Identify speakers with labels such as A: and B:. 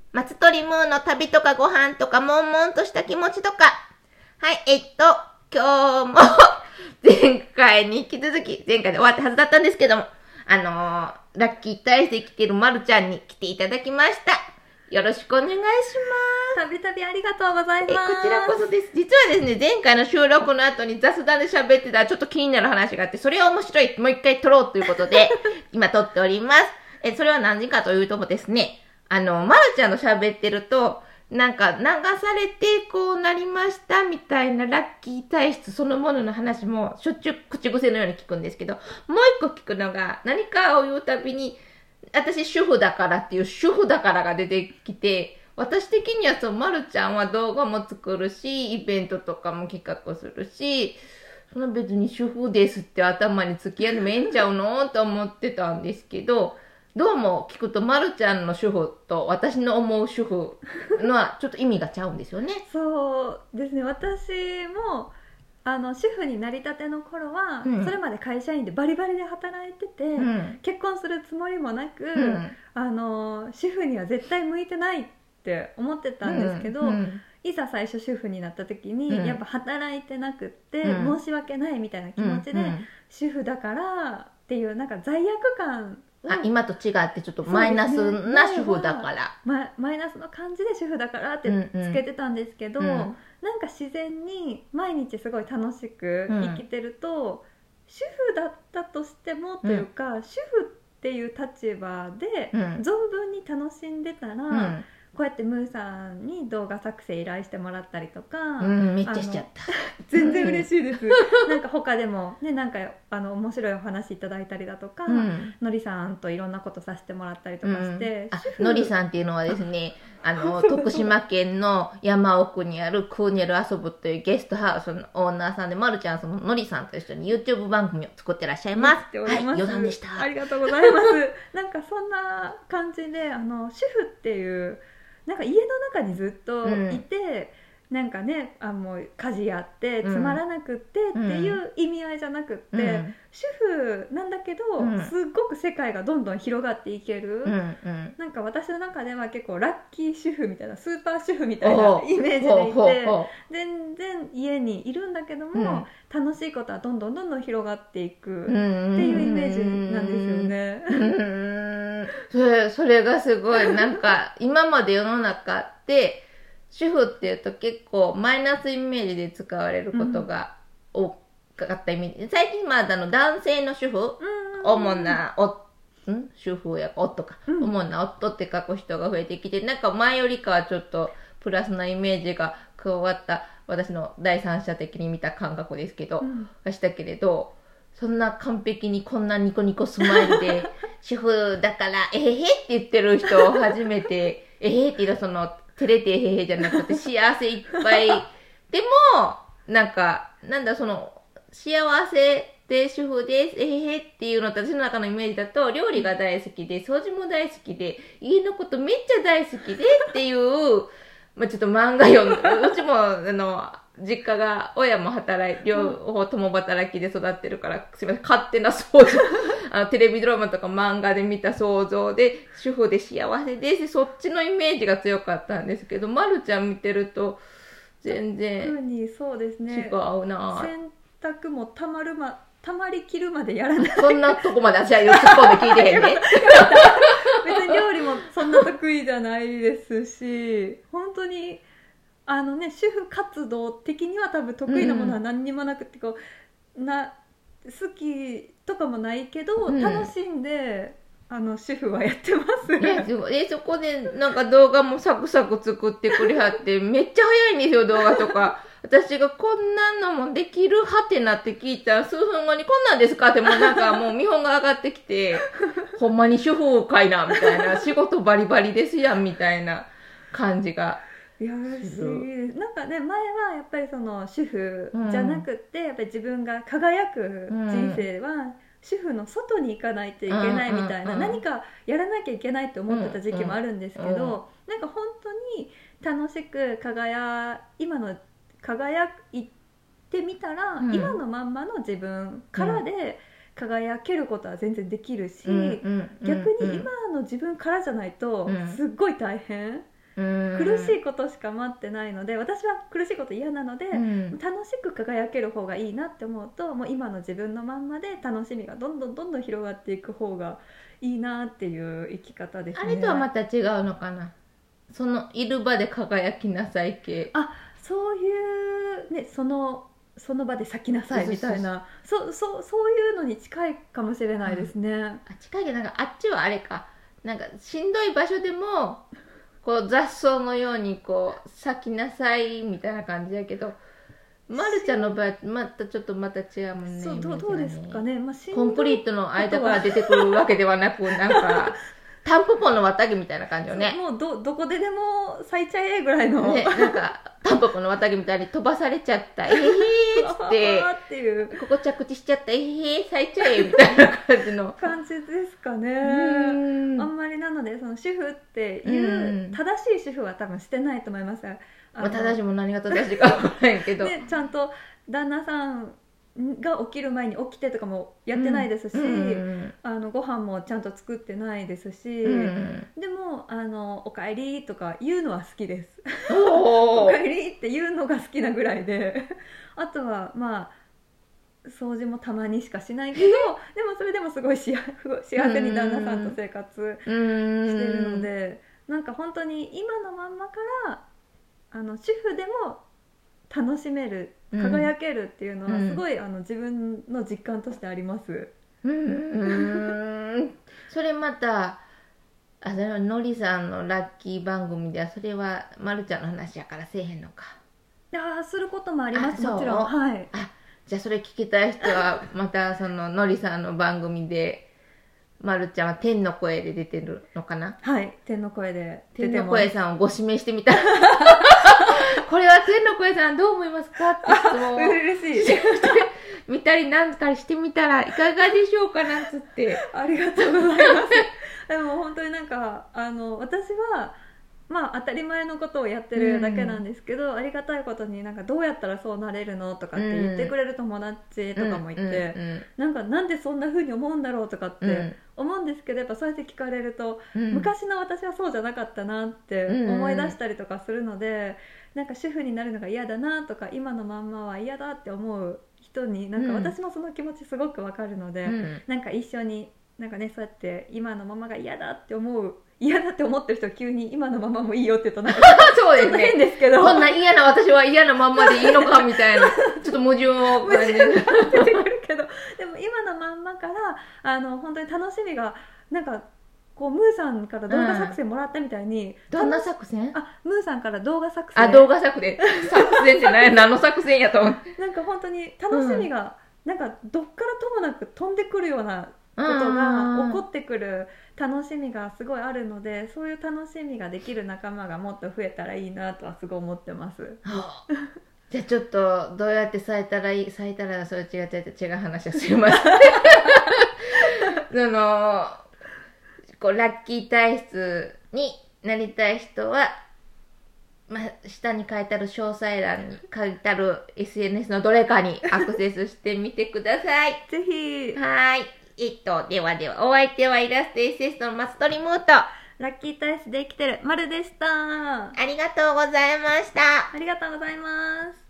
A: 松鳥ムーの旅とかご飯とか、悶々とした気持ちとか。はい、今日も、前回に引き続き、前回で終わったはずだったんですけども、ラッキー大生来てるまるちゃんに来ていただきました。よろしくお願いします。
B: たびたびありがとうございます。
A: こちらこそです。実はですね、前回の収録の後に雑談で喋ってたちょっと気になる話があって、それは面白い。もう一回撮ろうということで、今撮っております。それは何時かというとですね、まるちゃんの喋ってると、なんか流されてこうなりましたみたいなラッキー体質そのものの話もしょっちゅう口癖のように聞くんですけど、もう一個聞くのが何かを言うたびに、私主婦だからっていう主婦だからが出てきて、私的にはまるちゃんは動画も作るし、イベントとかも企画するし、その別に主婦ですって頭につきやんでもええんちゃうのと思ってたんですけど、どうも聞くとまるちゃんの主婦と私の思う主婦のはちょっと意味がちゃうんですよね。
B: そうですね、私も主婦になりたての頃は、それまで会社員でバリバリで働いてて、結婚するつもりもなく、主婦には絶対向いてないって思ってたんですけど、いざ最初主婦になった時に、やっぱ働いてなくって、申し訳ないみたいな気持ちで、主婦だからっていうなんか罪悪感
A: 今と違ってちょっとマイナスな主婦だから、
B: マイナスの感じで主婦だからってつけてたんですけど、なんか自然に毎日すごい楽しく生きてると、主婦だったとしてもというか、主婦っていう立場で存分に楽しんでたら、こうやってムーさんに動画作成依頼してもらったりとか、
A: めっちゃしちゃった
B: 全然嬉しいですなんか他でもね、なんか面白いお話いただいたりだとか、のりさんといろんなことさせてもらったりとかして、
A: のりさんっていうのはですね、徳島県の山奥にあるクーネル遊ぶというゲストハウスのオーナーさんで、まるちゃんそののりさんと一緒に YouTube 番組を作ってらっしゃいます。はい、余談でした。
B: ありがとうございますなんかそんな感じで主婦っていうなんか家の中にずっといて、なんかね、もう家事やってつまらなくってっていう意味合いじゃなくって、主婦なんだけど、すっごく世界がどんどん広がっていける、なんか私の中では結構ラッキー主婦みたいな、スーパー主婦みたいなイメージでいて、全然家にいるるんだけども、楽しいことはどんどん広がっていくっていうイメージなんですよ
A: ね。それがすごいなんか今まで世の中って主婦っていうと結構マイナスイメージで使われることが多かったイメージ、最近まだ男性の主婦、主な主婦や夫か、主な夫って書く人が増えてきて、なんか前よりかはちょっとプラスなイメージが加わった私の第三者的に見た感覚ですけど、したけれど、そんな完璧にこんなニコニコスマイルで主婦だからえへへって言ってる人を初めてえへへって言うと、その照れてえへへじゃなくて幸せいっぱいでもなんかなんだ、その幸せで主婦ですえへへっていうのと、私の中のイメージだと料理が大好きで掃除も大好きで家のことめっちゃ大好きでっていうちょっと漫画読んで、うちも実家が親も両方共働きで育ってるから、すいません、勝手な想像テレビドラマとか漫画で見た想像で主婦で幸せです、そっちのイメージが強かったんですけど、まるちゃん見てると全然
B: そうですね、
A: 違うな。
B: 洗濯もたまりきるまでやらない。
A: そんなとこまで私は突っ込んで聞いてへんね
B: 別に料理もそんな得意じゃないですし、本当に主婦活動的には多分得意なものは何にもなくて、好きとかもないけど、楽しんで主婦はやってます
A: ね。そこでなんか動画もサクサク作ってくれはってめっちゃ早いんですよ、動画とか私がこんなのもできるはてなって聞いたら、数分後にこんなんですかってもうなんかもう見本が上がってきてほんまに主婦かいなみたいな、仕事バリバリですやんみたいな感じが。
B: いやなんかね、前はやっぱりその主婦じゃなくって、やっぱり自分が輝く人生は主婦の外に行かないといけないみたいな、何かやらなきゃいけないって思ってた時期もあるんですけど、なんか本当に楽しく輝いてみたら、今のまんまの自分からで輝けることは全然できるし、逆に今の自分からじゃないとすっごい大変苦しいことしか待ってないので、私は苦しいこと嫌なので、楽しく輝ける方がいいなって思うと、もう今の自分のまんまで楽しみがどんどん広がっていく方がいいなっていう生き方ですね。
A: あれとはまた違うのかな、そのいる場で輝きなさい系。
B: そういうね、その場で咲きなさいみたいな、そういうのに近いかもしれないですね。
A: 近いけど、なんかあっちはあれか、なんかしんどい場所でもこう雑草のようにこう咲きなさいみたいな感じだけど、まるちゃんの場合またちょっとまた違うもんね。
B: そう、どうですかね、
A: コンクリートの間から出てくるわけではなく、なんかタンポポの綿毛みたいな感じよね。
B: もうどこでも咲いちゃえぐらいの、
A: ね、なんかタンポポの綿毛みたいに飛ばされちゃったえへーっていうここ着地しちゃったえへー咲いちゃえみたいな感じの
B: 感じですかね。あんまり、なのでその主婦っていう正しい主婦は多分してないと思います。
A: 正しいも何が正しいか分からないけど、
B: ちゃんと旦那さんが起きる前に起きてとかもやってないですし、ご飯もちゃんと作ってないですし、でもおかえりとか言うのは好きです。おかえりって言うのが好きなぐらいで、あとはまあ掃除もたまにしかしないけどでもそれでもすごい幸せに旦那さんと生活してるので、なんか本当に今のまんまから主婦でも楽しめる、輝けるっていうのはすごい、自分の実感としてあります。
A: それまたのりさんのラッキー番組ではそれはまるちゃんの話やからせえへんのか。
B: することもあります、もちろん。はい。
A: じゃあそれ聞きたい人はまたそののりさんの番組で、まるちゃんは天の声で出てるのかな。
B: はい、天の声で
A: 出てます。天の声さんをご指名してみたらこれは天の声さんどう思いますかって質問を
B: 嬉しい
A: 見たりなんかしてみたらいかがでしょうかなんつって
B: ありがとうございますでも本当になんか私はまあ当たり前のことをやってるだけなんですけど、ありがたいことになんかどうやったらそうなれるのとかって言ってくれる友達とかもいて、なんでそんな風に思うんだろうとかって思うんですけど、やっぱそうやって聞かれると、昔の私はそうじゃなかったなって思い出したりとかするので、なんか主婦になるのが嫌だなとか今のまんまは嫌だって思う人になんか私もその気持ちすごくわかるので、なんか一緒になんかね、そうやって今のままが嫌だって思ってる人急に今のままもいいよって言うとなんか
A: そうですね、
B: 変ですけど、
A: こんな嫌な私は嫌なまんまでいいのかみたいなちょっと矛盾を感じる
B: 出てくるけど、でも今のまんまから本当に楽しみがなんかこうムーさんから動画作戦もらったみたいに、
A: どんな作戦？
B: ムーさんから動画作戦、
A: 動画作戦って何の作戦やと思って
B: なんか本当に楽しみが、なんかどっからともなく飛んでくるようなことが起こってくる楽しみがすごいあるので、そういう楽しみができる仲間がもっと増えたらいいなとはすごい思ってます
A: じゃあちょっとどうやって咲いたらそれ違う話はすいませんこうラッキー体質になりたい人は、下に書いてある詳細欄に書いてある SNS のどれかにアクセスしてみてください
B: ぜひ。
A: はい。ではお相手はイラストエッセイストの松鳥ムーと
B: ラッキー体質で生きてるまるでした。
A: ありがとうございました。
B: ありがとうございます。